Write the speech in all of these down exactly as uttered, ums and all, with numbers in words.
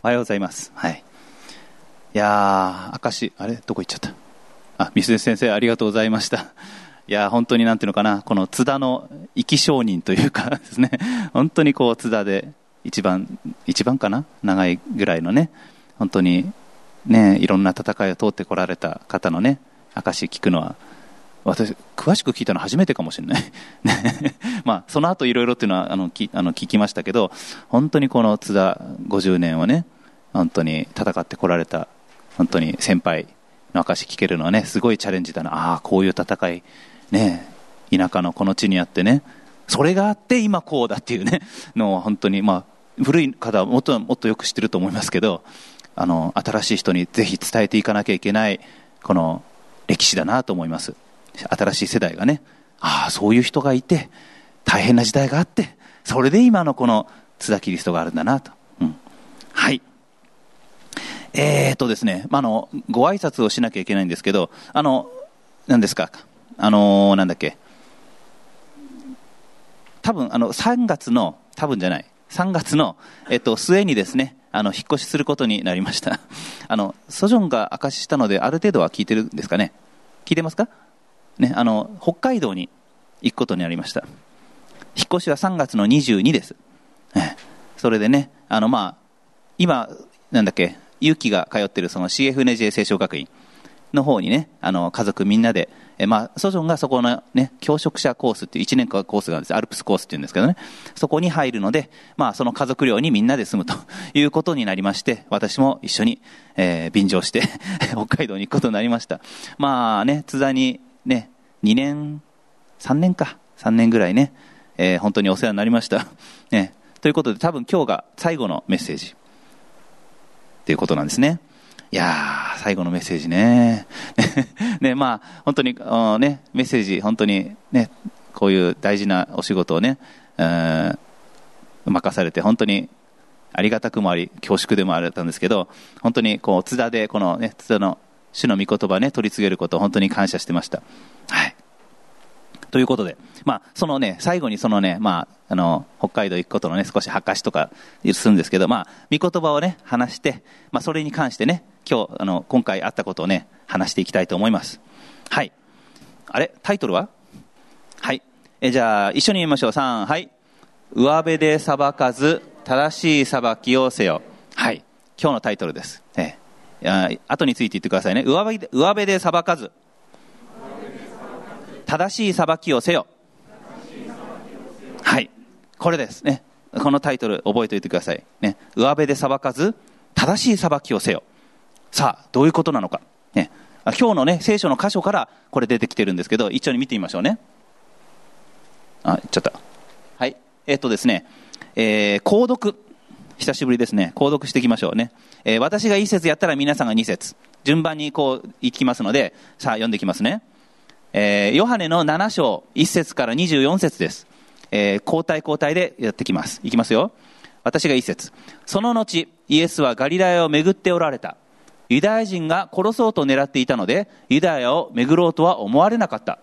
おはようございます。はい。いやー、証、あれどこ行っちゃった。あ、ミス先生ありがとうございました。いやー、本当になんていうのかな、この津田の生き証人というかですね、本当にこう津田で一番一番かな、長いぐらいのね、本当にね、いろんな戦いを通ってこられた方のね、証聞くのは、私詳しく聞いたの初めてかもしれないまあその後いろいろっていうのはあのきあの聞きましたけど、本当にこの津田ごじゅうねんをね、本当に戦ってこられた本当に先輩の証聞けるのはね、すごいチャレンジだな。ああ、こういう戦いね、田舎のこの地にあってね、それがあって今こうだっていうねのを、本当にまあ古い方はもっともっとよく知ってると思いますけど、あの新しい人にぜひ伝えていかなきゃいけないこの歴史だなと思います。新しい世代がね、ああそういう人がいて大変な時代があって、それで今のこの津田キリストがあるんだなと、うん、はい。えーっとですね、まあ、あのご挨拶をしなきゃいけないんですけど、あの何ですか、あのなんだっけ、多分あのさんがつの多分じゃないさんがつの、えっと、末にですね、あの引っ越しすることになりました。あのソジョンが証ししたので、ある程度は聞いてるんですかね。聞いてますかね。あの北海道に行くことになりました。引っ越しはさんがつのにじゅうにです。それでね、あのまあ今なんだっけ、ユキが通っているその シーエフエヌジェー 聖書学院の方にね、あの家族みんなで、えまあ、ソジョンがそこのね、教職者コースっていういちねんかんコースがあるんです。アルプスコースっていうんですけどね、そこに入るので、まあ、その家族寮にみんなで住むということになりまして、私も一緒に、えー、便乗して北海道に行くことになりました。まあね、津田にね、にねん、さんねんか、さんねんぐらいね、えー、本当にお世話になりました。ね、ということで、多分今日が最後のメッセージということなんですね。いやー、最後のメッセージね。ね、まあ、本当に、ね、メッセージ、本当にね、こういう大事なお仕事をね、任されて、本当にありがたくもあり、恐縮でもあったんですけど、本当にこう、津田で、このね、津田の主の御言葉ね、取り継げることを本当に感謝してました。はい。ということで、まあ、そのね、最後にそのね、まあ、あの、北海道行くことのね、少し証とかするんですけど、まあ、御言葉をね、話して、まあ、それに関してね、今日、あの、今回あったことをね、話していきたいと思います。はい。あれタイトルははい。え、じゃあ、一緒に言いましょう。さん、はい。上辺で裁かず、正しい裁きをせよ。はい。今日のタイトルです。えー、後について言ってくださいね。上辺で、上辺で裁かず、正しい裁きをせよ。はい、これですね。このタイトル覚えておいてくださいね。上辺で裁かず正しい裁きをせよ。さあどういうことなのか、ね、今日のね聖書の箇所からこれ出てきてるんですけど、一緒に見てみましょうね。あ、言っちゃった。はい、えっとですね、えー、購読、久しぶりですね。購読していきましょうね。えー、私が一節やったら皆さんが二節、順番にこういきますので、さあ読んでいきますね。えー、ヨハネのなな章いち節からにじゅうよん節です。えー、交代交代でやってきます。いきますよ。私がいち節。その後イエスはガリラヤを巡っておられた。ユダヤ人が殺そうと狙っていたので、ユダヤを巡ろうとは思われなかった。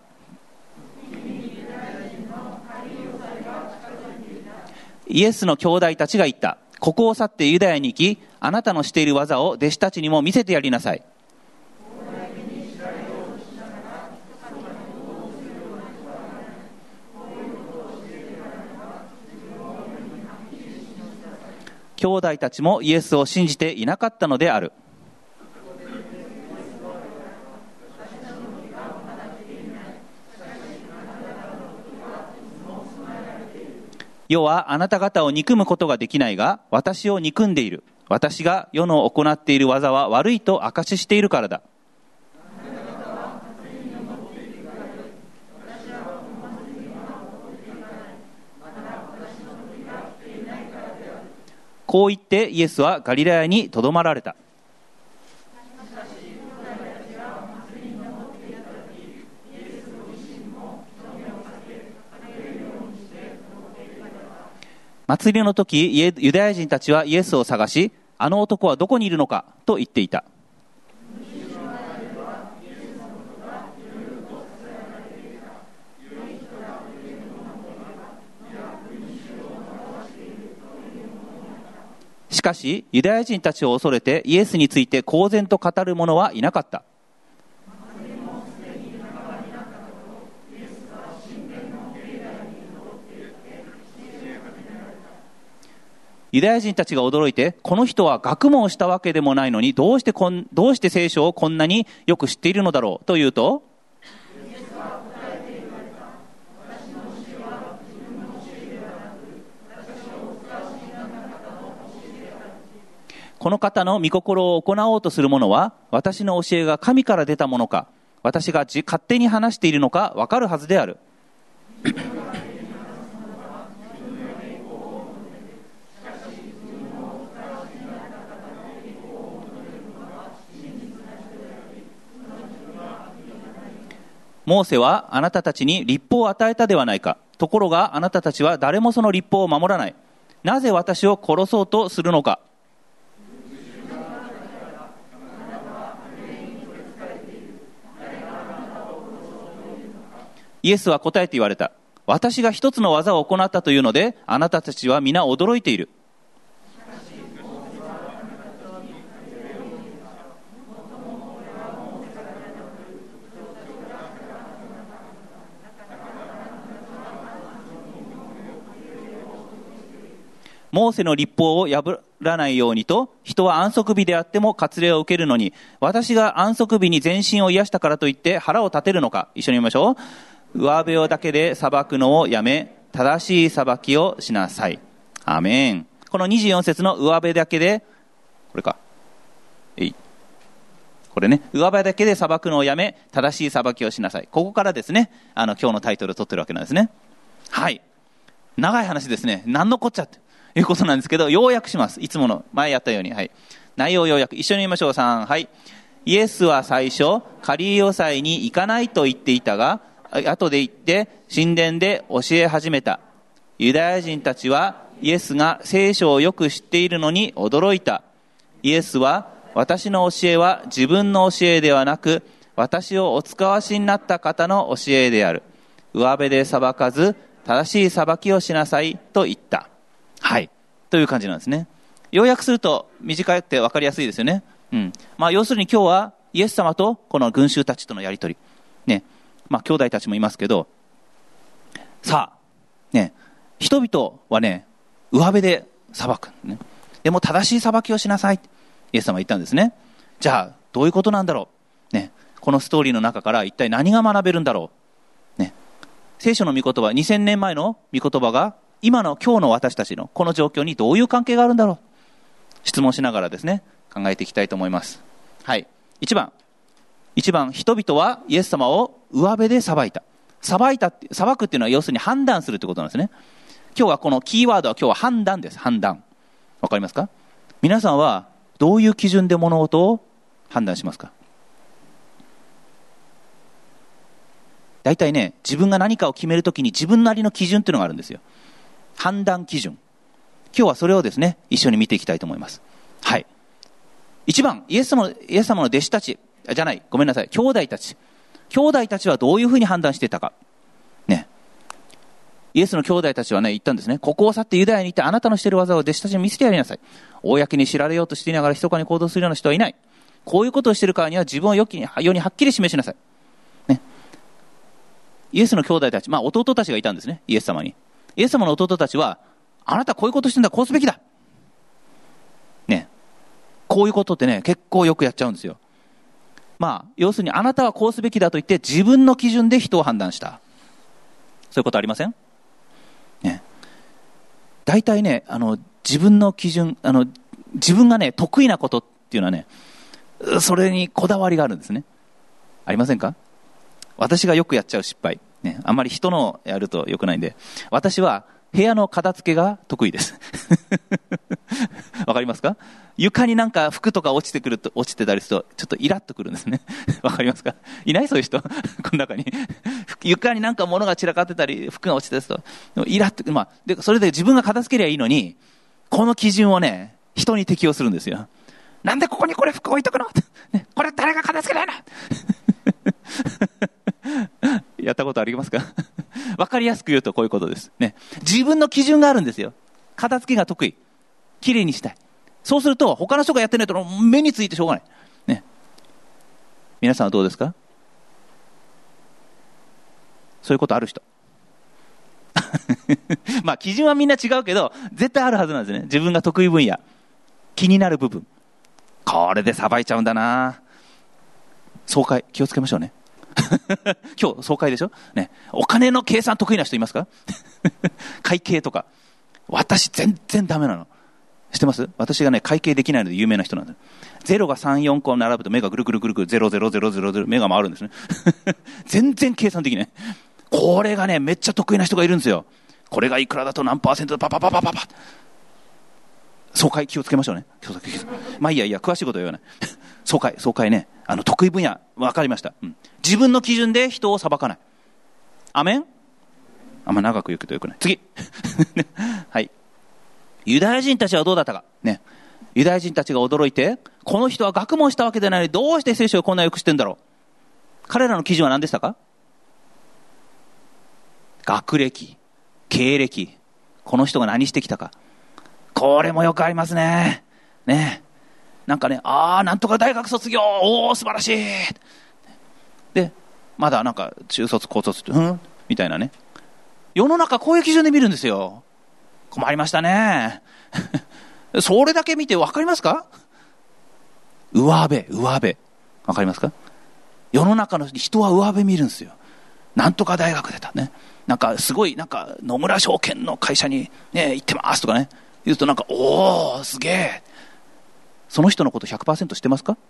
イエスの兄弟たちが言った。ここを去ってユダヤに行き、あなたのしている技を弟子たちにも見せてやりなさい。兄弟たちもイエスを信じていなかったのである。世はあなた方を憎むことができないが、私を憎んでいる。私が世の行っている技は悪いと証ししているからだ。こう言ってイエスはガリラヤにとどまられた。祭りの時、ユダヤ人たちはイエスを探し、あの男はどこにいるのかと言っていた。 しかしユダヤ人たちを恐れてイエスについて公然と語る者はいなかった。ユダヤ人たちが驚いて、この人は学問をしたわけでもないのに、どうしてこん、どうして聖書をこんなによく知っているのだろうというと、この方の御心を行おうとする者は、私の教えが神から出たものか、私が自勝手に話しているのか分かるはずである。モーセはあなたたちに律法を与えたではないか。ところがあなたたちは誰もその律法を守らない。なぜ私を殺そうとするのか。イエスは答えて言われた。私が一つの技を行ったというので、あなたたちは皆驚いている。モーセの律法を破らないようにと、人は安息日であっても割礼を受けるのに、私が安息日に全身を癒したからといって腹を立てるのか。一緒に言いましょう。上辺をだけで裁くのをやめ、正しい裁きをしなさい。アーメン。このにじゅうよん節の上辺だけで、これか。えい。これね、上辺だけで裁くのをやめ、正しい裁きをしなさい。ここからですね、あの、今日のタイトルを取ってるわけなんですね。はい。長い話ですね。何のこっちゃって。いうことなんですけど、要約します。いつもの前やったように、はい、内容要約一緒に言いましょう。さん、はい。イエスは最初カリーヨ祭に行かないと言っていたが、後で行って神殿で教え始めた。ユダヤ人たちはイエスが聖書をよく知っているのに驚いた。イエスは、私の教えは自分の教えではなく、私をお使わしになった方の教えである。上辺で裁かず正しい裁きをしなさいと言った。はい。という感じなんですね。要約すると短くて分かりやすいですよね。うん。まあ要するに今日はイエス様とこの群衆たちとのやりとり。ね。まあ兄弟たちもいますけど、さあ、ね。人々はね、上辺で裁く。ね。でも正しい裁きをしなさい。イエス様は言ったんですね。じゃあ、どういうことなんだろう。ね。このストーリーの中から一体何が学べるんだろう。ね。聖書の御言葉、にせんねんまえの御言葉が、今の今日の私たちのこの状況にどういう関係があるんだろう。質問しながらですね、考えていきたいと思います。はい。いちばん。いちばん、人々はイエス様を上辺で裁いた。裁いたって、裁くっていうのは要するに判断するってことなんですね。今日はこのキーワードは今日は判断です。判断。わかりますか？皆さんはどういう基準で物事を判断しますか？大体ね、自分が何かを決めるときに自分なりの基準っていうのがあるんですよ。判断基準。今日はそれをですね、一緒に見ていきたいと思います。はい。一番、イエス様の、イエス様の弟子たち、じゃない、ごめんなさい、兄弟たち。兄弟たちはどういうふうに判断していたか。ね。イエスの兄弟たちはね、言ったんですね。ここを去ってユダヤに行ってあなたのしている技を弟子たちに見せてやりなさい。公に知られようとしていながら密かに行動するような人はいない。こういうことをしているからには自分を世にはっきり示しなさい。ね。イエスの兄弟たち、まあ弟たちがいたんですね、イエス様に。イエス様の弟たちは、あなたこういうことしてんだ、こうすべきだ。ね。こういうことってね、結構よくやっちゃうんですよ。まあ、要するにあなたはこうすべきだと言って自分の基準で人を判断した。そういうことありません？ね。大体ね、あの、自分の基準、あの、自分がね、得意なことっていうのはね、それにこだわりがあるんですね。ありませんか？私がよくやっちゃう失敗。ね、あんまり人のやると良くないんで、私は部屋の片付けが得意です。わかりますか？床になんか服とか落ちてくると、落ちてたりすると、ちょっとイラッとくるんですね。わかりますか？いない？そういう人この中に。床になんか物が散らかってたり、服が落ちてたりすると、イラッと、まあ、で、それで自分が片付けりゃいいのに、この基準をね、人に適用するんですよ。なんでここにこれ服置いとくの？ね、これ誰が片付けないの？やったことありますか？わかりやすく言うとこういうことですね。自分の基準があるんですよ。片付けが得意。きれいにしたい。 そうすると、他の人がやってないと目についてしょうがない。ね。皆さんはどうですか？そういうことある人。まあ、基準はみんな違うけど、絶対あるはずなんですね。自分が得意分野。気になる部分。これでさばいちゃうんだな。総会、気をつけましょうね。今日総会でしょ、ね、お金の計算得意な人いますか？会計とか。私全然ダメなの。知ってます？私がね、会計できないので有名な人なんです。ゼロがさん、よんこ並ぶと目がぐるぐるぐるぐる、ゼロゼロゼロゼロゼロ、目が回るんですね。全然計算できない。これがね、めっちゃ得意な人がいるんですよ。これがいくらだと何パーセントでパパパパパパ。総会気をつけましょうね。まあいいやいや、詳しいことは言わない。総会、総会ね、あの得意分野分かりました、うん。自分の基準で人を裁かない。アメン？あんま長く言うけどよくない。次。はい。ユダヤ人たちはどうだったか。ね。ユダヤ人たちが驚いて、この人は学問したわけでないのにどうして聖書をこんなよく知ってんだろう。彼らの基準は何でしたか？学歴、経歴、この人が何してきたか。これもよくありますね。ね。なんかね、あー、なんとか大学卒業、おー、素晴らしい。で、まだなんか中卒、高卒、うんみたいなね。世の中こういう基準で見るんですよ。困りましたね。それだけ見て分かりますか？上辺、上辺。分かりますか？世の中の人は上辺見るんですよ。なんとか大学出たね。なんかすごい、なんか野村証券の会社にね、行ってますとかね。言うとなんか、おー、すげえ。その人のこと ひゃくパーセント 知ってますか？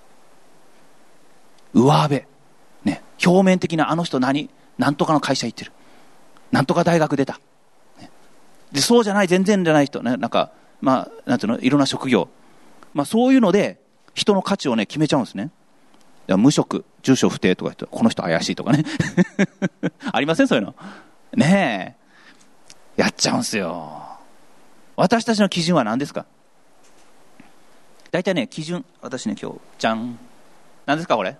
上辺。ね。表面的なあの人何？なんとかの会社行ってる。なんとか大学出た。ね、でそうじゃない、全然じゃない人ね。なんか、まあ、なんていうの、いろんな職業。まあそういうので、人の価値をね、決めちゃうんですね。無職、住所不定とか言って、この人怪しいとかね。ありませんそういうの。ねえ。やっちゃうんすよ。私たちの基準は何ですか？大体ね、基準、私ね、今日、じゃん。何ですか、これ？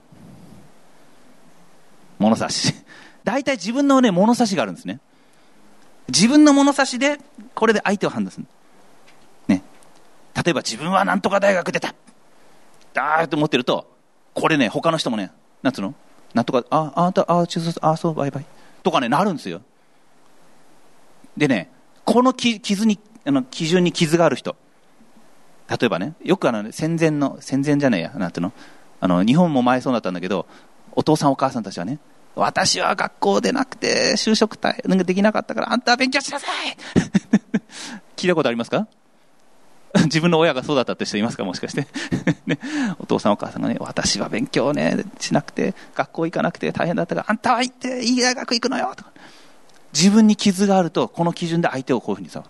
物差し。大体自分のね、物差しがあるんですね。自分の物差しで、これで相手を判断する。ね。例えば自分はなんとか大学出た。だーって思ってると、これね、他の人もね、なんつうの？なんとか、あ、あんた、あ、中卒、あ、そう、バイバイ。とかね、なるんですよ。でね、このき傷に、あの、基準に傷がある人。例えばね、よくあの、戦前の、戦前じゃねえや、なんていうの？あの、日本も前そうだったんだけど、お父さんお母さんたちはね、私は学校でなくて、就職たなんかできなかったから、あんたは勉強しなさい聞いたことありますか？自分の親がそうだったって人いますか？もしかして、ね、お父さんお母さんがね、私は勉強ね、しなくて、学校行かなくて大変だったから、あんたは行って、いい大学行くのよとか。自分に傷があると、この基準で相手をこういうふうにさ。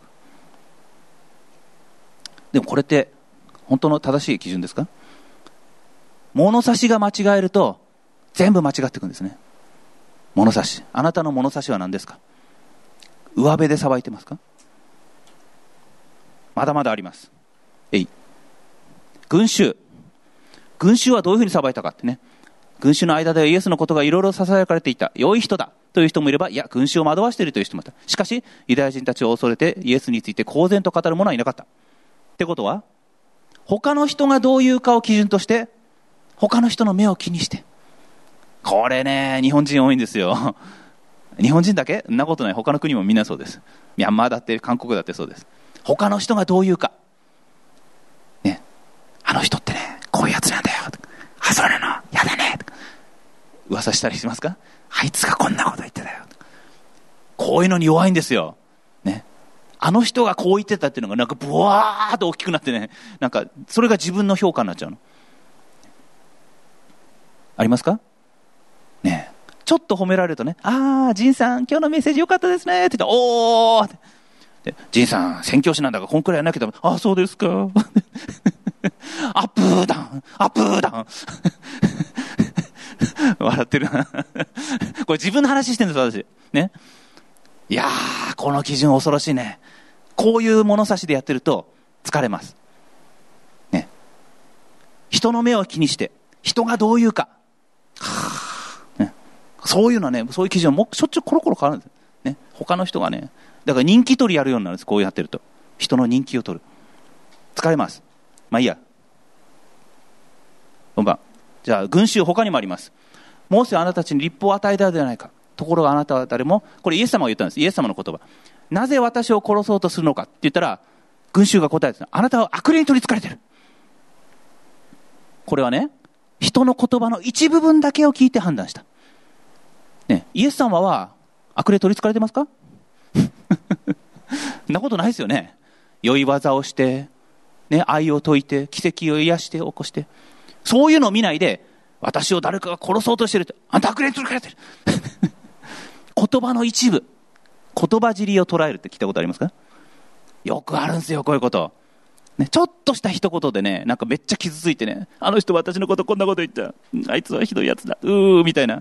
でもこれって、本当の正しい基準ですか？物差しが間違えると、全部間違っていくんですね。物差し。あなたの物差しは何ですか？上辺でさばいてますか？まだまだあります。えい。群衆。群衆はどういうふうにさばいたかってね。群衆の間ではイエスのことがいろいろ囁かれていた。良い人だという人もいれば、いや、群衆を惑わしているという人もいた。しかし、ユダヤ人たちを恐れてイエスについて公然と語る者はいなかった。ってことは、他の人がどういうかを基準として、他の人の目を気にして。これね、日本人多いんですよ。日本人だけ？そんなことない。他の国もみんなそうです。ミャンマーだって、韓国だってそうです。他の人がどういうか。ね。あの人ってね、こういうやつなんだよ。あ、そうなの？やだね。噂したりしますか？あいつがこんなこと言ってたよ。こういうのに弱いんですよ。ね。あの人がこう言ってたっていうのがなんかブワーっと大きくなってね、なんかそれが自分の評価になっちゃうの。ありますか？ねえ。ちょっと褒められるとね、あー、ジンさん、今日のメッセージ良かったですねって言ったら、おーって。で、ジンさん、宣教師なんだから、こんくらいやんなきゃダメ。あー、そうですか。アップダウン、アップダウン。笑ってるな。これ自分の話してるんです、私。ね。いやー、この基準恐ろしいね。こういう物差しでやってると疲れます。ね。人の目を気にして、人がどう言うか。ね、そういうのはね、そういう基準もしょっちゅうコロコロ変わるんです。ね。他の人がね、だから人気取りやるようになるんです。こうやってると。人の人気を取る。疲れます。 まあいいや。よんばん。じゃあ、群衆他にもあります。モーセはあなたたちに律法を与えたではないか。ところがあなたは誰も、これイエス様が言ったんです。イエス様の言葉。なぜ私を殺そうとするのかって言ったら、群衆が答えてた。あなたは悪霊に取り憑かれてる。これはね、人の言葉の一部分だけを聞いて判断した。ね、イエス様は悪霊取り憑かれてますか？そんなことないですよね。良い技をして、ね、愛を説いて、奇跡を癒して起こして、そういうのを見ないで、私を誰かが殺そうとしてるって、あんた悪霊に取り憑かれてる。言葉の一部、言葉尻を捉えるって聞いたことありますか？よくあるんですよ、こういうこと。ね、ちょっとした一言でね、なんかめっちゃ傷ついてね、あの人私のことこんなこと言った。あいつはひどいやつだ。うー、みたいな。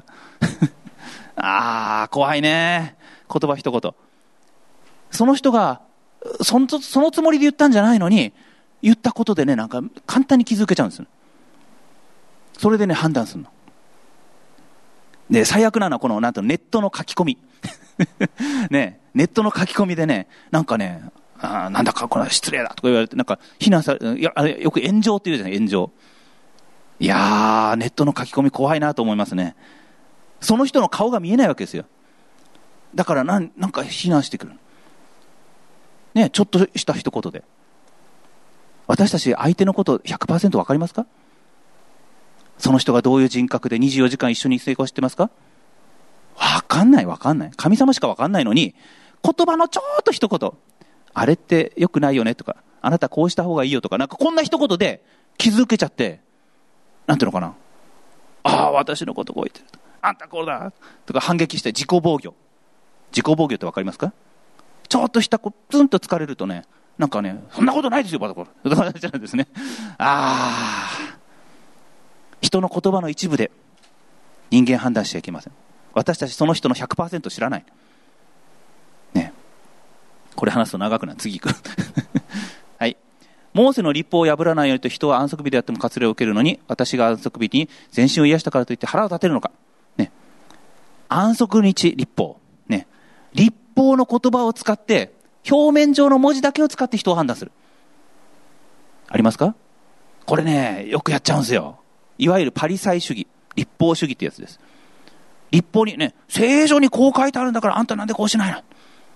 あー、怖いね。言葉一言。その人がその、そのつもりで言ったんじゃないのに、言ったことでね、なんか簡単に傷つけちゃうんですよ。それでね、判断するの。で、最悪なのはこの、なんとネットの書き込み。ね、ネットの書き込みでね、なんかね、あなんだかこれは失礼だとか言われて、なんか非難され、いや、あれよく炎上って言うじゃない、炎上。いやー、ネットの書き込み怖いなと思いますね。その人の顔が見えないわけですよ。だからなん、なんか非難してくる。ね、ちょっとした一言で。私たち相手のこと ひゃくパーセント 分かりますか？その人がどういう人格でにじゅうよじかん一緒に生活してますか？分かんない分かんない。神様しか分かんないのに、言葉のちょっと一言、あれって良くないよねとか、あなたこうした方がいいよとか、なんかこんな一言で傷つけちゃって、なんていうのかな、ああ私のことこう言ってると、あんたこうだとか反撃して自己防御。自己防御って分かりますか？ちょっとしたこうツンと疲れるとね、なんかね、そんなことないですよバタバタとかなっちゃうんですね。ああ、人の言葉の一部で人間判断しちゃいけません。私たちその人の ひゃくパーセント 知らないね。これ話すと長くなる。次行く。はい。モーセの律法を破らないようにと人は安息日であっても割礼を受けるのに、私が安息日に全身を癒したからといって腹を立てるのか。ね。安息日律法。ね。律法の言葉を使って、表面上の文字だけを使って人を判断する。ありますか？これね、よくやっちゃうんですよ。いわゆるパリサイ主義、律法主義ってやつです。律法にね、聖書にこう書いてあるんだからあんたなんでこうしないの？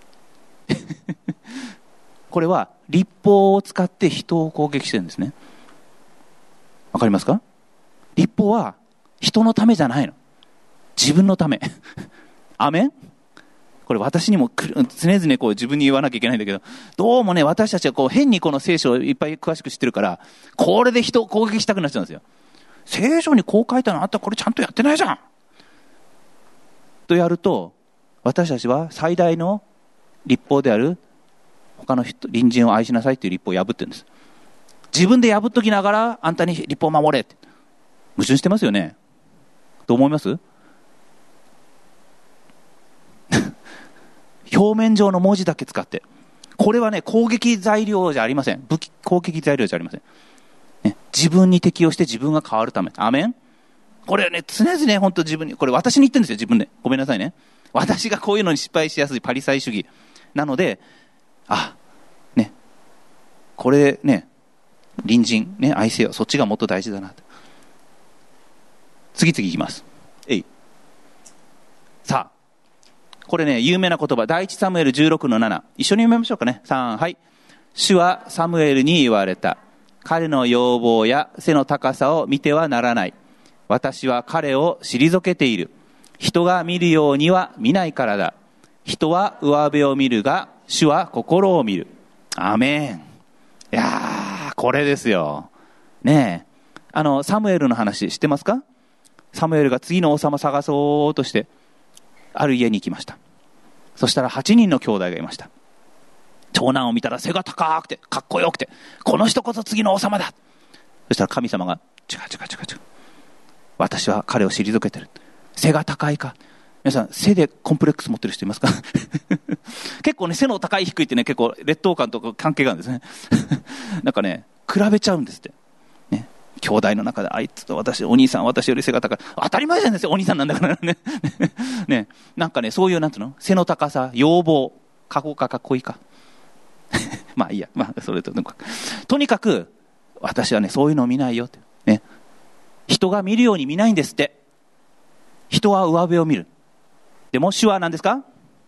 これは律法を使って人を攻撃してるんですね。わかりますか？律法は人のためじゃないの。自分のため。アメン？これ私にも常々こう自分に言わなきゃいけないんだけど、どうもね、私たちはこう変にこの聖書をいっぱい詳しく知ってるから、これで人を攻撃したくなっちゃうんですよ。聖書にこう書いたのあったらこれちゃんとやってないじゃんとやると、私たちは最大の律法である他の人、隣人を愛しなさいという律法を破ってるんです。自分で破っときながらあんたに律法を守れって。矛盾してますよね。どう思います？表面上の文字だけ使って、これはね、攻撃材料じゃありません。武器攻撃材料じゃありません、ね、自分に適応して自分が変わるため。アメン。これね、常々ね、本当自分に、これ私に言ってるんですよ、自分で。ごめんなさいね。私がこういうのに失敗しやすいパリサイ主義なので、あ、ね、これね、隣人ね、愛せよ、そっちがもっと大事だなと。次々いきます。えい。さあ、これね、有名な言葉、第一サムエルじゅうろくのなな、一緒に読みましょうかね。さん、はい。主はサムエルに言われた。彼の容貌や背の高さを見てはならない。私は彼を退けている。人が見るようには見ないからだ。人は上辺を見るが、主は心を見る。アーメン。いやー、これですよ。ねえ。あの、サムエルの話知ってますか？サムエルが次の王様探そうとして、ある家に行きました。そしたらはちにんの兄弟がいました。長男を見たら背が高くて、かっこよくて、この人こそ次の王様だ。そしたら神様が、違う違う違う違う。私は彼を退けてる。背が高いか。皆さん、背でコンプレックス持ってる人いますか？結構ね、背の高い低いってね、結構劣等感とか関係があるんですね。なんかね、比べちゃうんですって。ね、兄弟の中であいつと私、お兄さん私より背が高い。当たり前じゃないですよ、お兄さんなんだからね。ね、なんかね、そういうなんていうの、背の高さ、要望、かっこかかっこいいか。まあいいや、まあそれととにかく、とにかく私はね、そういうのを見ないよって、ね、人が見るように見ないんですって。人は上辺を見る。でも主は何ですか？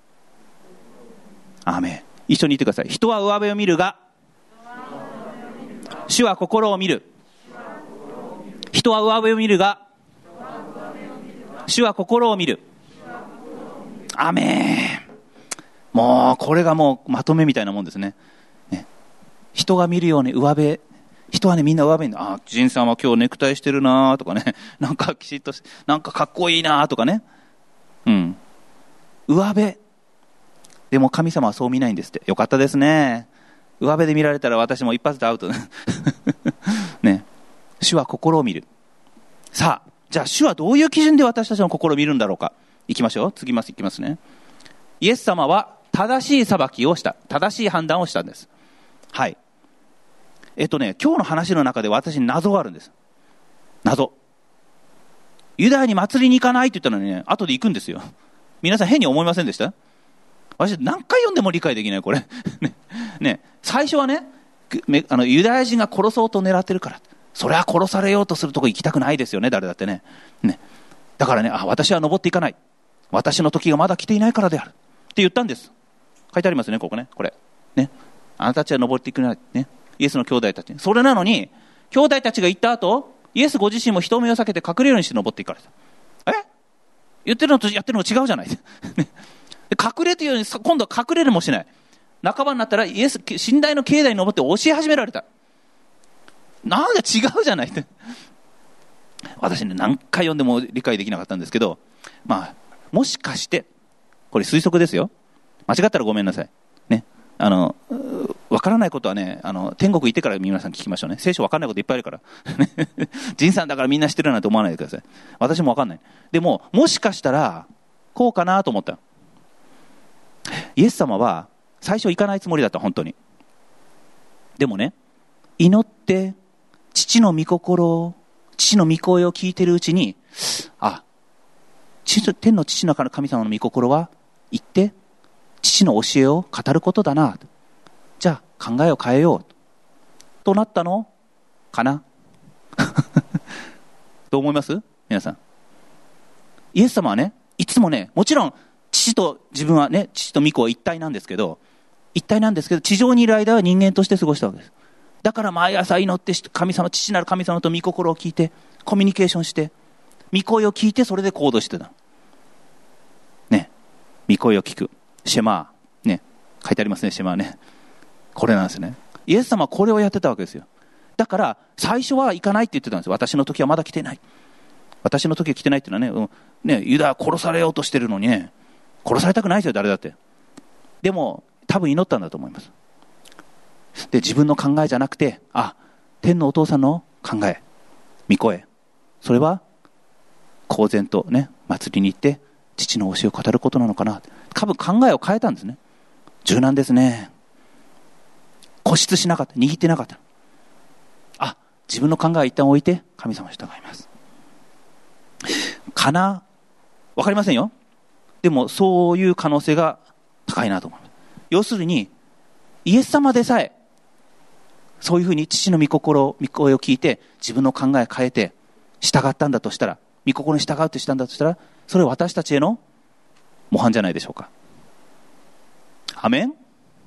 アーメン。一緒に言ってください。人は上辺を見るが、主は心を見る。人は上辺を見るが、主は心を見る。アーメン。もうこれがもうまとめみたいなもんですね。ね、人が見るように上辺、人はね、みんな上辺に、あ、仁さんは今日ネクタイしてるなとかね、なんかきちっとし、なんかかっこいいなとかね。うん。上辺。でも神様はそう見ないんですって。よかったですね。上辺で見られたら私も一発でアウトね。主は心を見る。さあ、じゃあ主はどういう基準で私たちの心を見るんだろうか。いきましょう。次ます、いきますね。イエス様は正しい裁きをした。正しい判断をしたんです。はい。えっとね、今日の話の中で私に謎があるんです。謎。ユダヤに祭りに行かないって言ったのにね、後で行くんですよ。皆さん変に思いませんでした？私何回読んでも理解できないこれね。ね、最初はね、あのユダヤ人が殺そうと狙ってるから、それは殺されようとするとこ行きたくないですよね、誰だってね。ね、だからね、あ、私は登っていかない。私の時がまだ来ていないからであるって言ったんです。書いてありますね、ここね、これね。あなたたちは登っていくないね。イエスの兄弟たち。それなのに、兄弟たちが行った後、イエスご自身も人目を避けて隠れるようにして登っていかれた。え？言ってるのとやってるの違うじゃない。隠れていうように今度は隠れるもしない。半ばになったらイエス寝台の境内に登って教え始められた。なんで違うじゃないって。私ね、何回読んでも理解できなかったんですけど、まあもしかしてこれ推測ですよ。間違ったらごめんなさいね。あのわからないことはね、あの天国行ってから皆さん聞きましょうね。聖書わかんないこといっぱいあるから仁さんだからみんな知ってるなんて思わないでください。私もわかんない。でももしかしたらこうかなと思った。イエス様は最初行かないつもりだった、本当に。でもね、祈って父の御心、父の御声を聞いてるうちに、あ、天の父の神様の御心は行って父の教えを語ることだな、じゃあ考えを変えようとなったのかなどう思います？皆さん。イエス様はね、いつもね、もちろん父と自分はね、父と御子は一体なんですけど、一体なんですけど、地上にいる間は人間として過ごしたわけです。だから毎朝祈って神様、父なる神様と御心を聞いてコミュニケーションして、御声を聞いてそれで行動してたね。御声を聞くシェマーね、書いてありますね、シェマーね。これなんですね。イエス様はこれをやってたわけですよ。だから最初は行かないって言ってたんです。私の時はまだ来てない。私の時は来てないっていうのはね、うん、ね、ユダは殺されようとしてるのにね、殺されたくないですよ、誰だって。でも多分祈ったんだと思います。で、自分の考えじゃなくて、あ、天のお父さんの考え、御声、それは公然とね、祭りに行って父の教えを語ることなのかな。多分考えを変えたんですね。柔軟ですね。固執しなかった、握ってなかった。あ、自分の考えは一旦置いて神様に従いますかな。わかりませんよ。でもそういう可能性が高いなと思います。要するにイエス様でさえそういうふうに父の御心、御声を聞いて自分の考えを変えて従ったんだとしたら、御心に従うとしたんだとしたら、それは私たちへの模範じゃないでしょうか。アメン。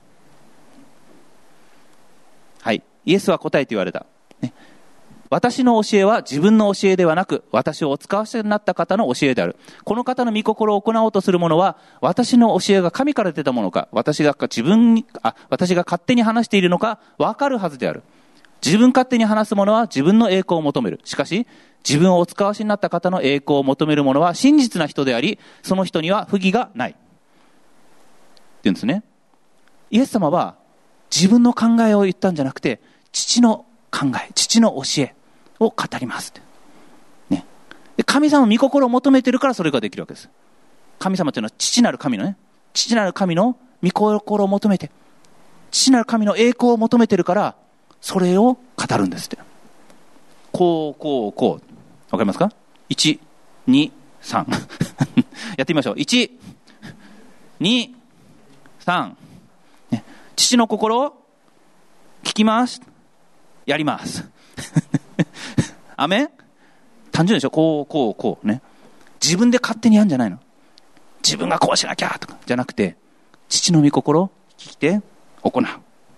はい、イエスは答えて言われた、ね、私の教えは自分の教えではなく、私をお使わせになった方の教えである。この方の御心を行おうとする者は、私の教えが神から出たものか、私が自分にあ私が勝手に話しているのか分かるはずである。自分勝手に話す者は自分の栄光を求める。しかし自分をお使わしになった方の栄光を求める者は真実な人であり、その人には不義がないって言うんですね。イエス様は自分の考えを言ったんじゃなくて、父の考え、父の教えを語りますって、ね、で神様の御心を求めてるからそれができるわけです。神様というのは父なる神のね、父なる神の御心を求めて、父なる神の栄光を求めてるから、それを語るんですって。こうこうこう、わかりますか？いち、に、さん やってみましょう。いち、に、さん、ね、父の心を聞きます。 やりますアメン。単純でしょ。こうこうこうね。自分で勝手にやるんじゃないの。自分がこうしなきゃとかじゃなくて、父の御心を聞いて行う。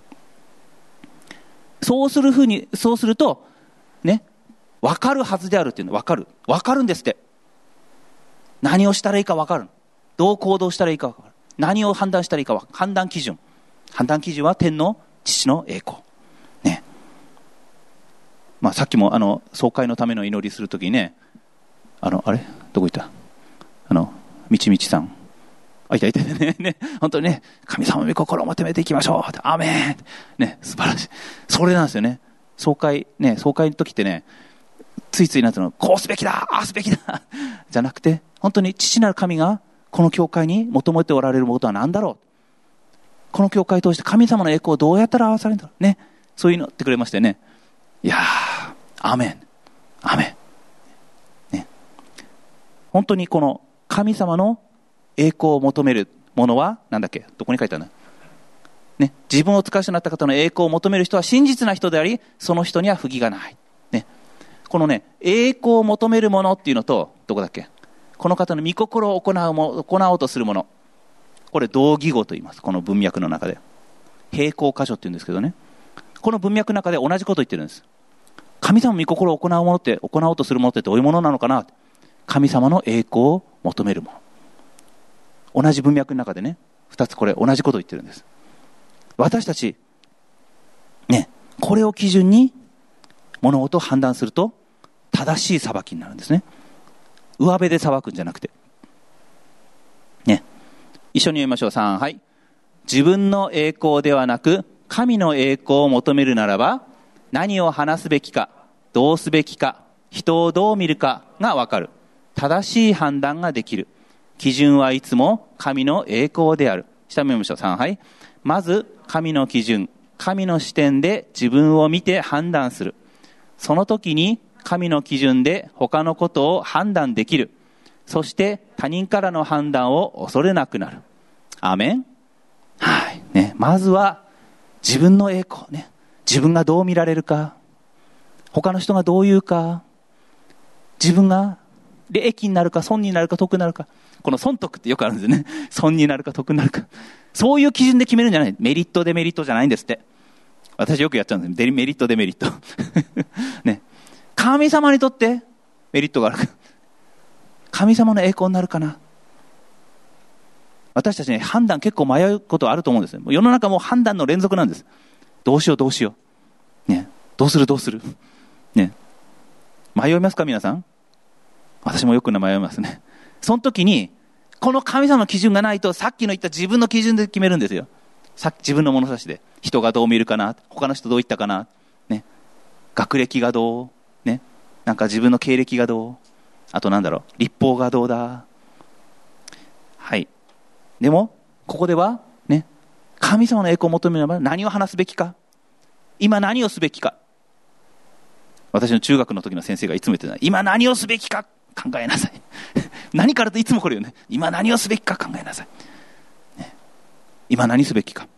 そうするふうに、そうするとね、分かるはずであるっていうの。分かる分かるんですって。何をしたらいいか分かる。どう行動したらいいか分かる。何を判断したらいいか分かる。判断基準判断基準は天の父の栄光ね。まあ、さっきもあの総会のための祈りするときにね、あのあれどこ行った、あのみちみちさん、あいたいたねね、本当にね、神様の御心を求めていきましょう、アーメンね、素晴らしい。それなんですよね。総会ね、総会の時ってね、ついついなんていうの、こうすべきだ、ああすべきだじゃなくて、本当に父なる神がこの教会に求めておられることは何だろう、この教会を通して神様の栄光をどうやったら表されるんだろうね、そういうのってくれましてね。いやー、アーメンアーメン、ね、本当にこの神様の栄光を求めるものはなんだっけ、どこに書いてあるんだ、ね、自分を使わしとなった方の栄光を求める人は真実な人であり、その人には不義がない、ね、このね、栄光を求めるものっていうのと、どこだっけ、この方の御心を行うも行おうとするもの、これ同義語と言います。この文脈の中で並行箇所って言うんですけどね、この文脈の中で同じことを言ってるんです。神様の御心を行うものって、行おうとするものってどういうものなのかな。神様の栄光を求めるもの。同じ文脈の中でね、二つこれ同じことを言ってるんです。私たちね、これを基準に物事を判断すると正しい裁きになるんですね。上辺で裁くんじゃなくてね。一緒に読みましょう。さん、はい。自分の栄光ではなく神の栄光を求めるならば、何を話すべきか、どうすべきか、人をどう見るかが分かる。正しい判断ができる。基準はいつも神の栄光である。下面読みましょう。さん、はい。まず神の基準、神の視点で自分を見て判断する。その時に神の基準で他のことを判断できる。そして他人からの判断を恐れなくなる。アーメン。はいね。まずは自分の栄光ね。自分がどう見られるか、他の人がどう言うか、自分が利益になるか損になるか得になるか、この損得ってよくあるんですよね。損になるか得になるか、そういう基準で決めるんじゃない。メリットデメリットじゃないんですって。私よくやっちゃうんです。デメリットデメリットね。神様にとってメリットがあるか、神様の栄光になるかな。私たちね、判断結構迷うことあると思うんですよ。世の中も判断の連続なんです。どうしようどうしよう、ね、どうするどうする、ね、迷いますか皆さん。私もよく迷いますね。その時にこの神様の基準がないと、さっきの言った自分の基準で決めるんですよ。さっき自分の物差しで人がどう見るかな、他の人どう言ったかな、ね、学歴がどう、ね、なんか自分の経歴がどう、あとなんだろう、立法がどうだ。はい。でもここではね、神様の栄光を求めれば何を話すべきか、今何をすべきか。私の中学の時の先生がいつも言ってた、今何をすべきか考えなさい何からといつもこれよね。今何をすべきか考えなさい、ね、今何すべきか、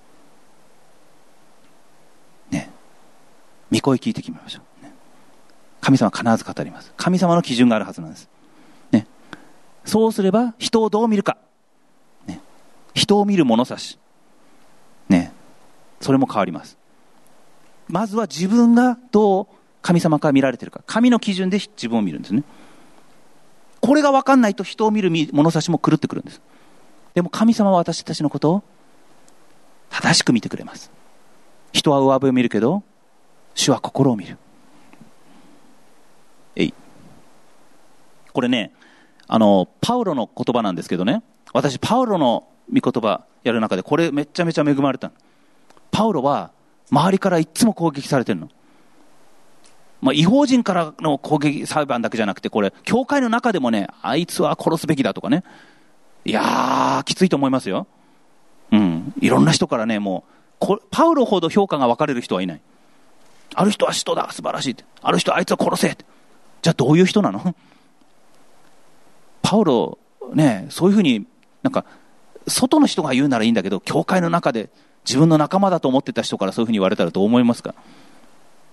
ね、御声聞いて決めましょう、ね、神様は必ず語ります。神様の基準があるはずなんです、ね、そうすれば人をどう見るか、ね、人を見る物差しね、それも変わります。まずは自分がどう神様から見られているか、神の基準で自分を見るんですね。これが分かんないと人を見る物差しも狂ってくるんです。でも神様は私たちのことを正しく見てくれます。人は上辺を見るけど主は心を見る。えい。これね、あのパウロの言葉なんですけどね、私パウロの御言葉やる中でこれめちゃめちゃ恵まれた。パウロは周りからいつも攻撃されてるの。まあ、違法人からの攻撃裁判だけじゃなくて、これ教会の中でもね、あいつは殺すべきだとかね、いやーきついと思いますよ。うん、いろんな人からね、もうこパウロほど評価が分かれる人はいない。ある人は使徒だ素晴らしいって、ある人はあいつは殺せって。じゃあどういう人なの？パウロね、そういうふうになんか外の人が言うならいいんだけど、教会の中で自分の仲間だと思ってた人からそういうふうに言われたらどう思いますか？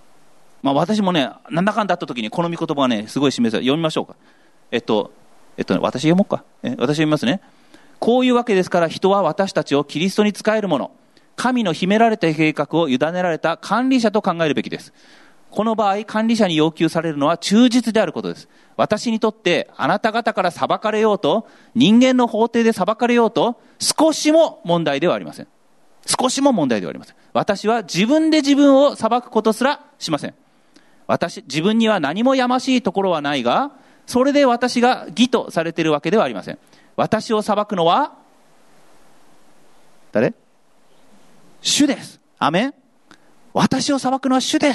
まあ私もね、なんだかんだあった時にこの御言葉がね、すごい示され、読みましょうか。えっと、えっとね、私読もうか。え私読みますね。こういうわけですから、人は私たちをキリストに仕えるもの、神の秘められた計画を委ねられた管理者と考えるべきです。この場合、管理者に要求されるのは忠実であることです。私にとってあなた方から裁かれようと、人間の法廷で裁かれようと、少しも問題ではありません。少しも問題ではありません。私は自分で自分を裁くことすらしません。私、自分には何もやましいところはないが、それで私が義とされているわけではありません。私を裁くのは誰？主です。アメン。私を裁くのは主です。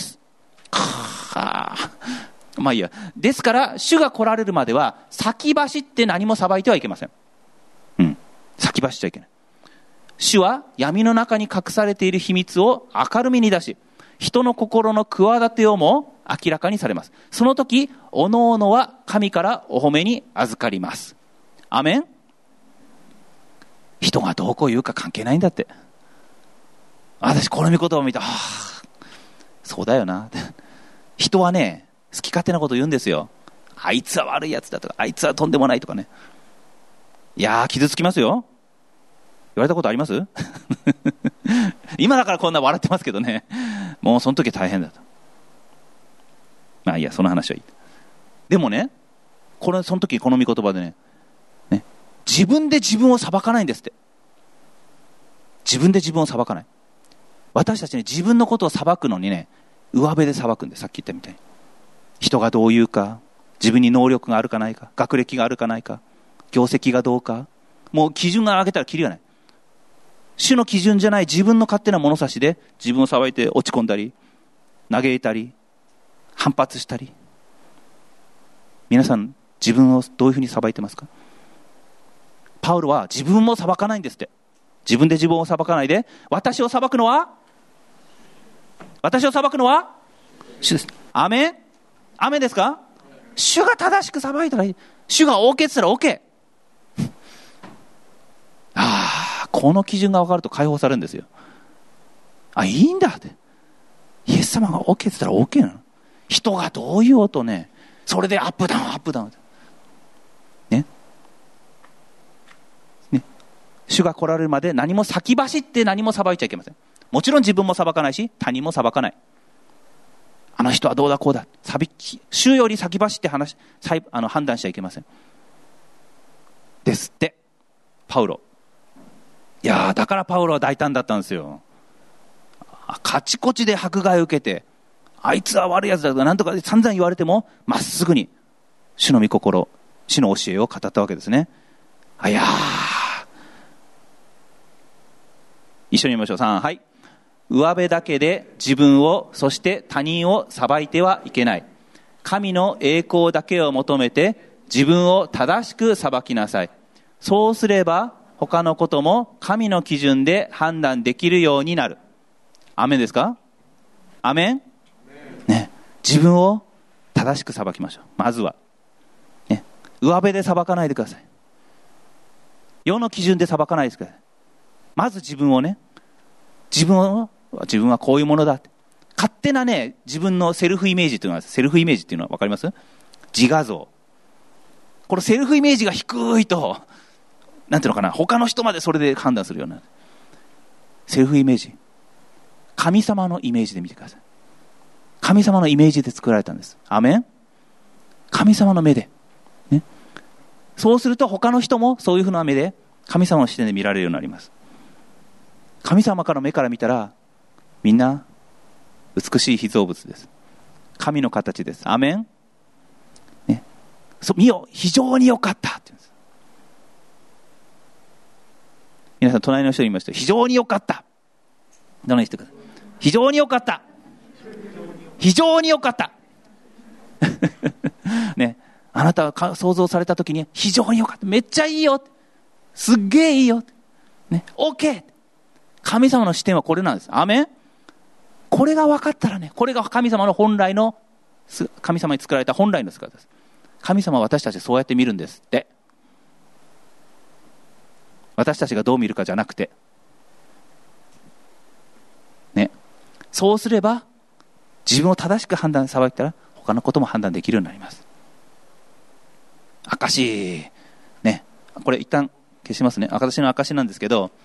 まあいいや。ですから主が来られるまでは先走って何も裁いてはいけません。うん。先走っちゃいけない。主は闇の中に隠されている秘密を明るみに出し、人の心の企てをも明らかにされます。その時、おのおのは神からお褒めに預かります。アメン。人がどうこう言うか関係ないんだって。私この御言葉を見た、はあ、そうだよな。人はね、好き勝手なこと言うんですよ。あいつは悪いやつだとか、あいつはとんでもないとかね。いやー、傷つきますよ。言われたことあります今だからこんな笑ってますけどね、もうその時は大変だと。まあいいや、その話はいい。でもね、これその時この御言葉でね、ね、自分で自分を裁かないんですって。自分で自分を裁かない。私たちね、自分のことを裁くのにね、上辺で裁くんです。さっき言ったみたいに、人がどう言うか、自分に能力があるかないか、学歴があるかないか、業績がどうか、もう基準が上げたらキリがない。主の基準じゃない自分の勝手な物差しで自分を裁いて落ち込んだり、嘆いたり、反発したり。皆さん自分をどういうふうに裁いてますか？パウロは自分も裁かないんですって。自分で自分を裁かないで、私を裁くのは私を裁くのは主です。アメン。アメンですか？主が正しく裁いたらいい。主が OK って言ったら OK。 ああ、この基準が分かると解放されるんですよ。あ、いいんだって。イエス様が OK って言ったら OK なの。人がどう言おうとね、それでアップダウンアップダウンね。ね。主が来られるまで何も先走って何も裁いちゃいけません。もちろん自分も裁かないし、他人も裁かない。あの人はどうだこうだ、主より先走って話あの判断しちゃいけません。ですってパウロ。いやー、だからパウロは大胆だったんですよ。カチコチで迫害を受けて、あいつは悪いやつだとかなんとか散々言われても、まっすぐに主の御心、主の教えを語ったわけですね。あ、いやー、一緒に言いましょう。さん、はい。上辺だけで自分を、そして他人を裁いてはいけない。神の栄光だけを求めて自分を正しく裁きなさい。そうすれば他のことも神の基準で判断できるようになる。アメンですか？アメン？ね、自分を正しく裁きましょう。まずは、ね、上辺で裁かないでください。世の基準で裁かないでください。まず自分をね、自分を自分はこういうものだって、勝手なね、自分のセルフイメージっていうのは、セルフイメージっていうのは分かります？自画像。このセルフイメージが低いと、なんていうのかな、他の人までそれで判断するようなセルフイメージ。神様のイメージで見てください。神様のイメージで作られたんです。アメン。神様の目で、ね、そうすると他の人もそういうふうな目で神様の視点で見られるようになります。神様からの目から見たらみんな美しい被造物です。神の形です。アメン、ね、そ見よ、非常に良かったって言うんです。皆さん隣の人に言いました。非常に良かった。どの人か。非常に良かった。非常に良かったね、あなたが想像された時に非常に良かった、めっちゃいいよ、すっげえいいよ、ね、OK。 神様の視点はこれなんです。アメン。これが分かったらね、これが神様の本来の、神様に作られた本来の姿です。神様は私たちそうやって見るんですって。私たちがどう見るかじゃなくてね、そうすれば自分を正しく判断、裁いたら他のことも判断できるようになります。証ね、これ一旦消しますね。私の証なんですけど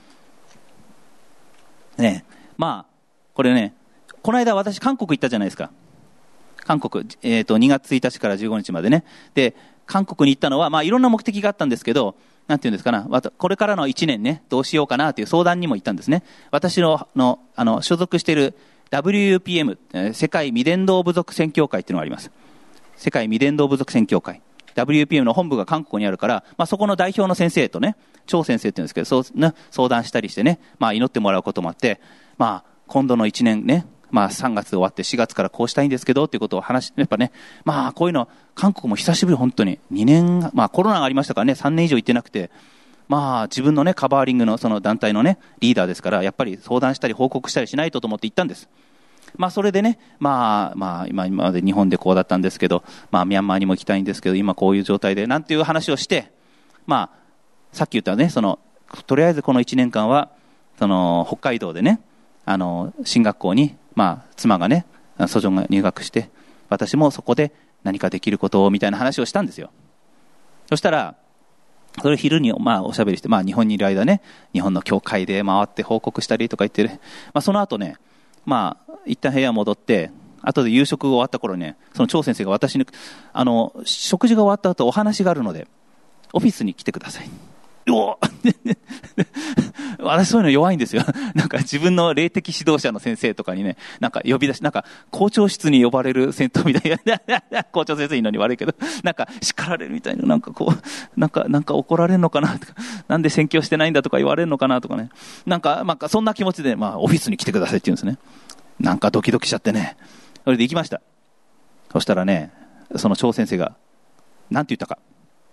ね、まあこれね、この間私韓国行ったじゃないですか。韓国、えー、とにがつついたちからじゅうごにちまでね。で韓国に行ったのは、まあ、いろんな目的があったんですけど、なんていうんですかな、これからのいちねんね、どうしようかなという相談にも行ったんですね。私の、の、あの所属している ダブリューユーピーエム、世界未伝道部族宣教会っていうのがあります。世界未伝道部族宣教会、 ダブリューユーピーエム の本部が韓国にあるから、まあ、そこの代表の先生とね、張先生っていうんですけど、そう、ね、相談したりしてね、まあ、祈ってもらうこともあって、まあ、今度のいちねんね、まあ、さんがつ終わってしがつからこうしたいんですけどっていうことを話して、やっぱね、まあこういうの韓国も久しぶり、本当ににねん、まあコロナがありましたからね、さんねん以上行ってなくて、まあ自分のねカバーリングのその団体のねリーダーですから、やっぱり相談したり報告したりしないとと思って行ったんです。まあそれでね、まあまあ今今まで日本でこうだったんですけど、まあミャンマーにも行きたいんですけど今こういう状態でなんていう話をして、まあさっき言ったね、そのとりあえずこのいちねんかんはその北海道でね、あの進学校にまあ、妻がね、ソジョンが入学して、私もそこで何かできることをみたいな話をしたんですよ。そしたら、それを昼にまあおしゃべりして、まあ日本にいる間ね、日本の教会で回って報告したりとか言ってね、まあその後ね、まあ一旦部屋戻って、後で夕食終わった頃ね、その張先生が私に、あの、食事が終わった後お話があるので、オフィスに来てください。お私そういうの弱いんですよ。なんか自分の霊的指導者の先生とかにね、なんか呼び出し、なんか校長室に呼ばれる先生みたいな、校長先生いいのに悪いけど、なんか叱られるみたいな、なんかこう、なんか、なんか怒られるのかなとか、なんで宣教してないんだとか言われるのかなとかね、なんか、まあそんな気持ちで、まあオフィスに来てくださいって言うんですね。なんかドキドキしちゃってね、それで行きました。そしたらね、その張先生が、なんて言ったか。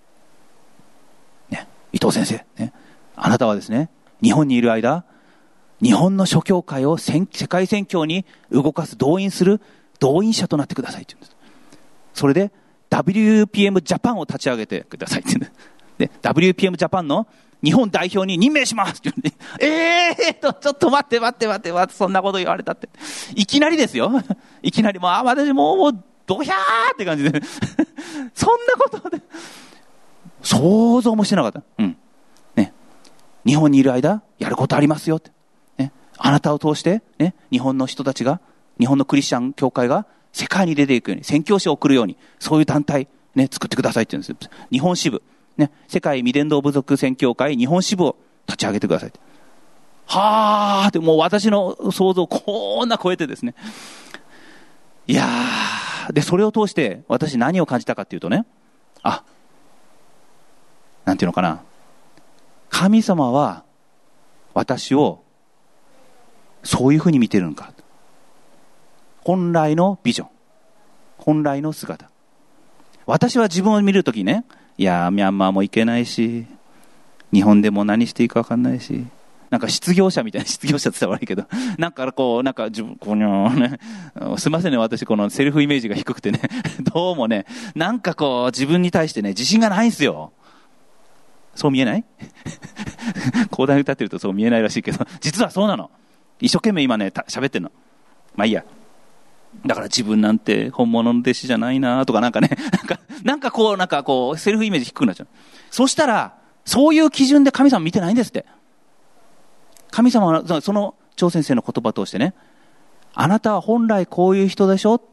伊藤先生、ね、あなたはですね、日本にいる間、日本の諸教会を世界宣教に動かす、動員する動員者となってくださいって言うんです。それで ダブリューユーピーエム ジャパンを立ち上げてくださいって言うんです。で ダブリューユーピーエム ジャパンの日本代表に任命しますって言うんで、えーっとちょっと待って待って待って待って、そんなこと言われたって、いきなりですよ、いきなりもうあ私もうもうドヒャーって感じでそんなことで想像もしてなかった。うん。ね。日本にいる間、やることありますよって。ね。あなたを通して、ね。日本の人たちが、日本のクリスチャン教会が世界に出ていくように、宣教師を送るように、そういう団体、ね、作ってくださいって言うんですよ。日本支部。ね。世界未伝道部族宣教会日本支部を立ち上げてくださいって。はーって、もう私の想像をこんな超えてですね。いやー。で、それを通して私何を感じたかっていうとね、あ、なんていうのかな、神様は私をそういうふうに見ているのか、本来のビジョン、本来の姿。私は自分を見るときね、いやミャンマーも行けないし、日本でも何していいか分かんないし、なんか失業者みたいな、失業者って言ったら悪いけど、なんかこう、なんか自分、こうね、すいませんね、私このセルフイメージが低くてね、どうもね、なんかこう自分に対してね、自信がないんですよ。そう見えない講談歌ってるとそう見えないらしいけど、実はそうなの。一生懸命今ね、喋ってんの。まあいいや。だから自分なんて本物の弟子じゃないなとかなんかね、なんか、なんかこう、なんかこう、セルフイメージ低くなっちゃう。そしたら、そういう基準で神様見てないんですって。神様は、その張先生の言葉を通してね、あなたは本来こういう人でしょ、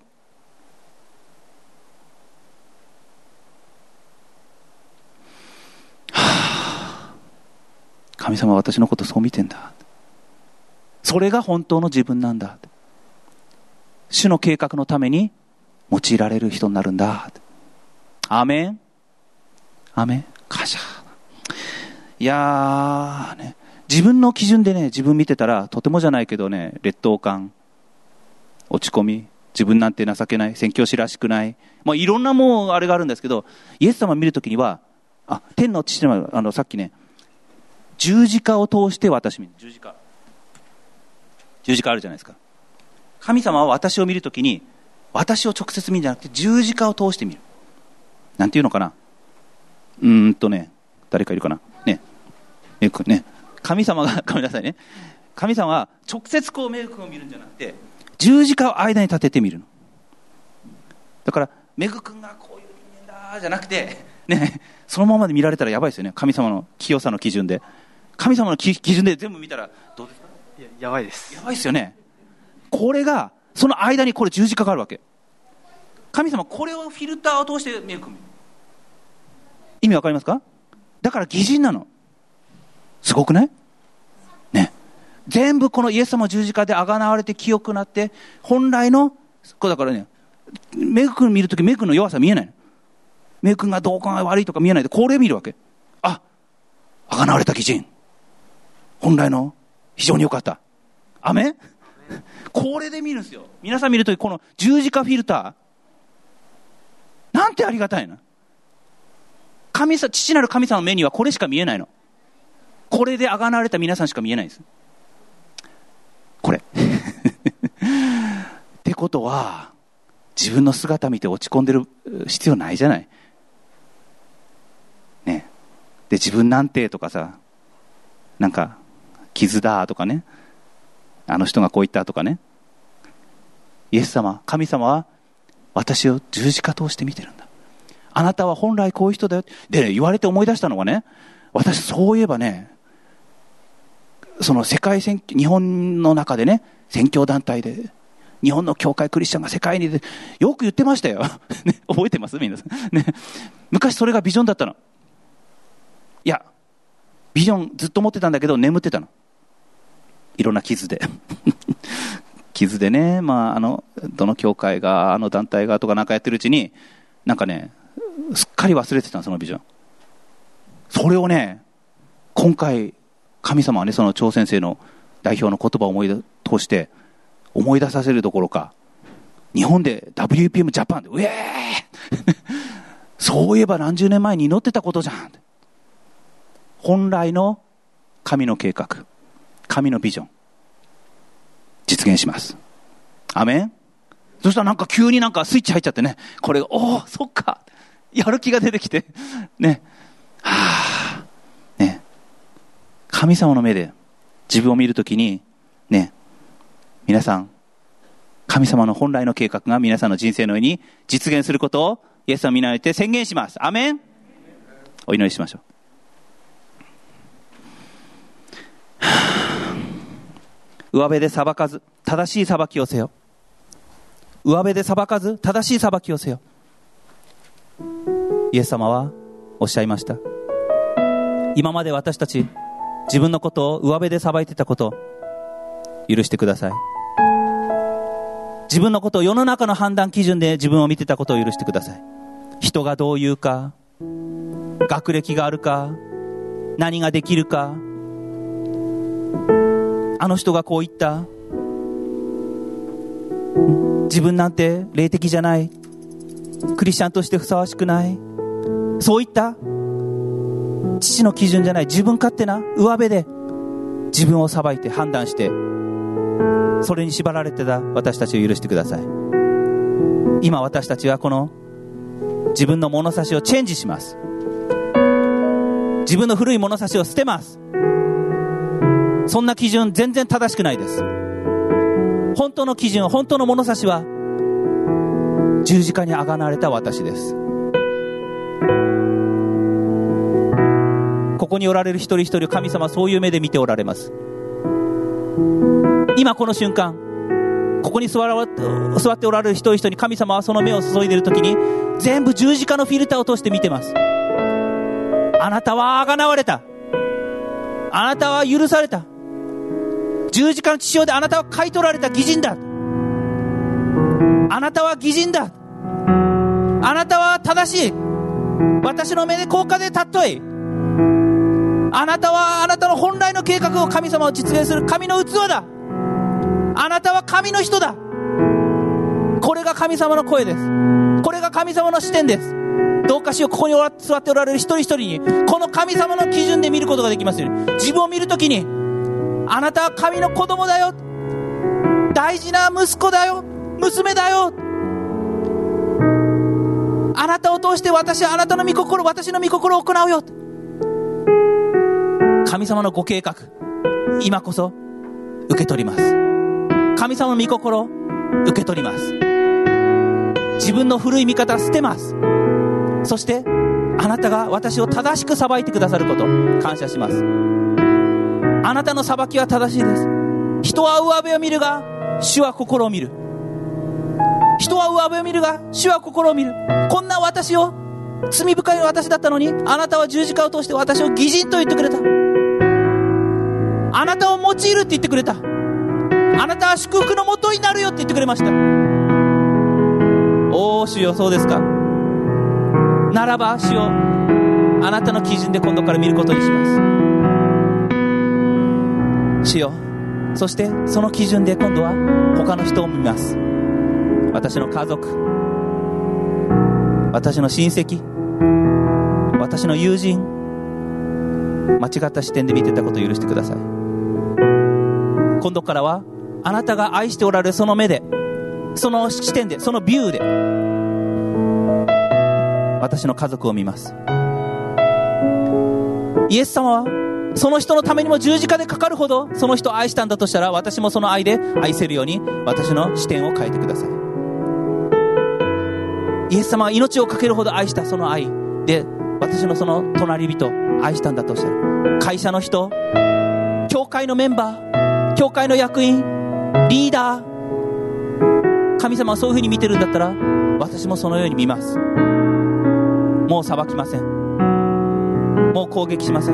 神様は私のことそう見てんだ。それが本当の自分なんだ。主の計画のために用いられる人になるんだ。アーメン。アーメン。感謝。いやーね、自分の基準でね、自分見てたらとてもじゃないけどね、劣等感、落ち込み、自分なんて情けない、宣教師らしくない、まあいろんなもうあれがあるんですけど、イエス様を見るときには、あ、天の父のあのさっきね。十字架を通して私見る。十字架。十字架あるじゃないですか。神様は私を見るときに、私を直接見るんじゃなくて、十字架を通して見る。なんていうのかな。うーんとね、誰かいるかな。ね。えね。神様が、ごめんなさいね。神様は直接こう目を見るんじゃなくて、 十字架を間に立ててみるの。だからメグ君がこういう人間だじゃなくてね、そのままで見られたらやばいですよね。神様の清さの基準で、神様の基準で全部見たらどうですか。 いや、やばいです。 やばいですよね。これがその間にこれ十字架があるわけ。神様これをフィルターを通してメグ君見る。意味わかりますか。だから義人なの。すごくないね。全部このイエス様の十字架であがなわれて清くなって、本来のこれだからね、メグ君見るときメグ君の弱さ見えないの。メグ君がどうか悪いとか見えないで、これ見るわけ。あ、あがなわれた義人、本来の非常に良かった。アメン。これで見るんですよ。皆さん見るときこの十字架フィルター、なんてありがたいな。神様、父なる神様の目にはこれしか見えないの。これであがなわれた皆さんしか見えないんです。これってことは、自分の姿見て落ち込んでる必要ないじゃないね。で、自分なんてとかさ、なんか傷だとかね、あの人がこう言ったとかね。イエス様、神様は私を十字架通して見てるんだ。あなたは本来こういう人だよで、ね、言われて思い出したのがね、私そういえばね、その世界選挙、日本の中でね、宣教団体で日本の教会クリスチャンが世界にでよく言ってましたよ、ね、覚えてます皆さん、ね、昔それがビジョンだったの。いや、ビジョンずっと持ってたんだけど眠ってたの。いろんな傷で傷でね、まあ、あのどの教会があの団体がとかなんかやってるうちになんかね、すっかり忘れてたの、そのビジョン。それをね、今回神様はね、その張先生の代表の言葉を思い通して思い出させるどころか、日本で ダブリューピーエム ジャパンでうえーそういえば何十年前に祈ってたことじゃん。本来の神の計画、神のビジョン実現します。アメン。そしたらなんか急になんかスイッチ入っちゃってね、これおーそっか、やる気が出てきてね、はあね、神様の目で自分を見るときにね、皆さん、神様の本来の計画が皆さんの人生の上に実現することをイエス様になって宣言します。アメン。お祈りしましょう。上辺で裁かず正しい裁きをせよ。上辺で裁かず正しい裁きをせよ。イエス様はおっしゃいました。今まで私たち自分のことを上辺で裁いてたことを許してください。自分のことを世の中の判断基準で自分を見てたことを許してください。人がどう言うか、学歴があるか、何ができるか、あの人がこう言った、自分なんて霊的じゃない、クリスチャンとしてふさわしくない、そういった父の基準じゃない自分勝手な上辺で自分を裁いて判断して、それに縛られてた私たちを許してください。今私たちはこの自分の物差しをチェンジします。自分の古い物差しを捨てます。そんな基準全然正しくないです。本当の基準、本当の物差しは十字架にあがなわれた私です。ここにおられる一人一人、神様はそういう目で見ておられます。今この瞬間、ここに座ら座っておられる一人一人、神様はその目を注いでいるときに全部十字架のフィルターを通して見てます。あなたはあがなわれた、あなたは許された、十字架の血潮であなたは買い取られた義人だ、あなたは義人だ、あなたは正しい、私の目で高価で尊い、あなたはあなたの本来の計画を神様を実現する神の器だ、あなたは神の人だ。これが神様の声です。これが神様の視点です。どうかしよう、ここに座っておられる一人一人にこの神様の基準で見ることができますように。自分を見るときに、あなたは神の子供だよ、大事な息子だよ、娘だよ、あなたを通して私はあなたの御心、私の御心を行うよ。神様のご計画、今こそ受け取ります。神様の御心、 受け取ります。自分の古い見方を捨てます。そしてあなたが私を正しく裁いてくださること感謝します。あなたの裁きは正しいです。人は上辺を見るが主は心を見る。人は上辺を見るが主は心を見る。こんな私を、罪深い私だったのに、あなたは十字架を通して私を義人と言ってくれた。あなたを用いるって言ってくれた。あなたは祝福のもとになるよって言ってくれました。おー主よ、そうですか。ならば主よ、あなたの基準で今度から見ることにします。主よ、そしてその基準で今度は他の人を見ます。私の家族、私の親戚、私の友人、間違った視点で見てたことを許してください。今度からはあなたが愛しておられるその目で、その視点で、そのビューで私の家族を見ます。イエス様はその人のためにも十字架でかかるほどその人を愛したんだとしたら、私もその愛で愛せるように私の視点を変えてください。イエス様は命をかけるほど愛したその愛で、私のその隣人愛したんだとしたら、会社の人、教会のメンバー、教会の役員、リーダー、神様はそういうふうに見てるんだったら、私もそのように見ます。もう裁きません。もう攻撃しませ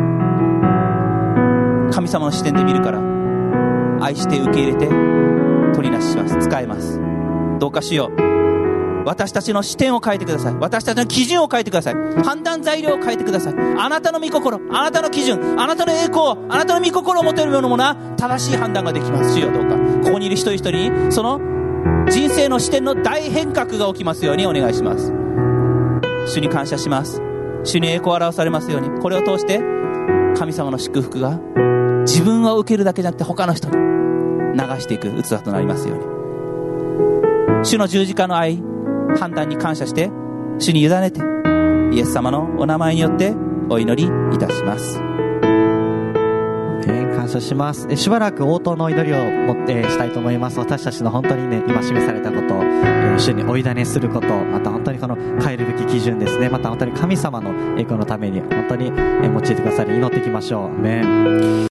ん。神様の視点で見るから、愛して受け入れて取りなしします。使えます。どうかしよう、私たちの視点を変えてください。私たちの基準を変えてください。判断材料を変えてください。あなたの御心、あなたの基準、あなたの栄光、あなたの御心を持てるようなものは正しい判断ができます。主よ、どうかここにいる一人一人にその人生の視点の大変革が起きますようにお願いします。主に感謝します。主に栄光を表されますように、これを通して神様の祝福が自分を受けるだけじゃなくて他の人に流していく器となりますように。主の十字架の愛、判断に感謝して主に委ねて、イエス様のお名前によってお祈りいたします。 感謝します。えしばらく応答の祈りを持ってしたいと思います。私たちの本当にね、今示されたことを、えー、主にお委ねすること、また本当にこの変えるべき基準ですね、また本当に神様の栄光のために本当に用いてくださり祈っていきましょう。アメン。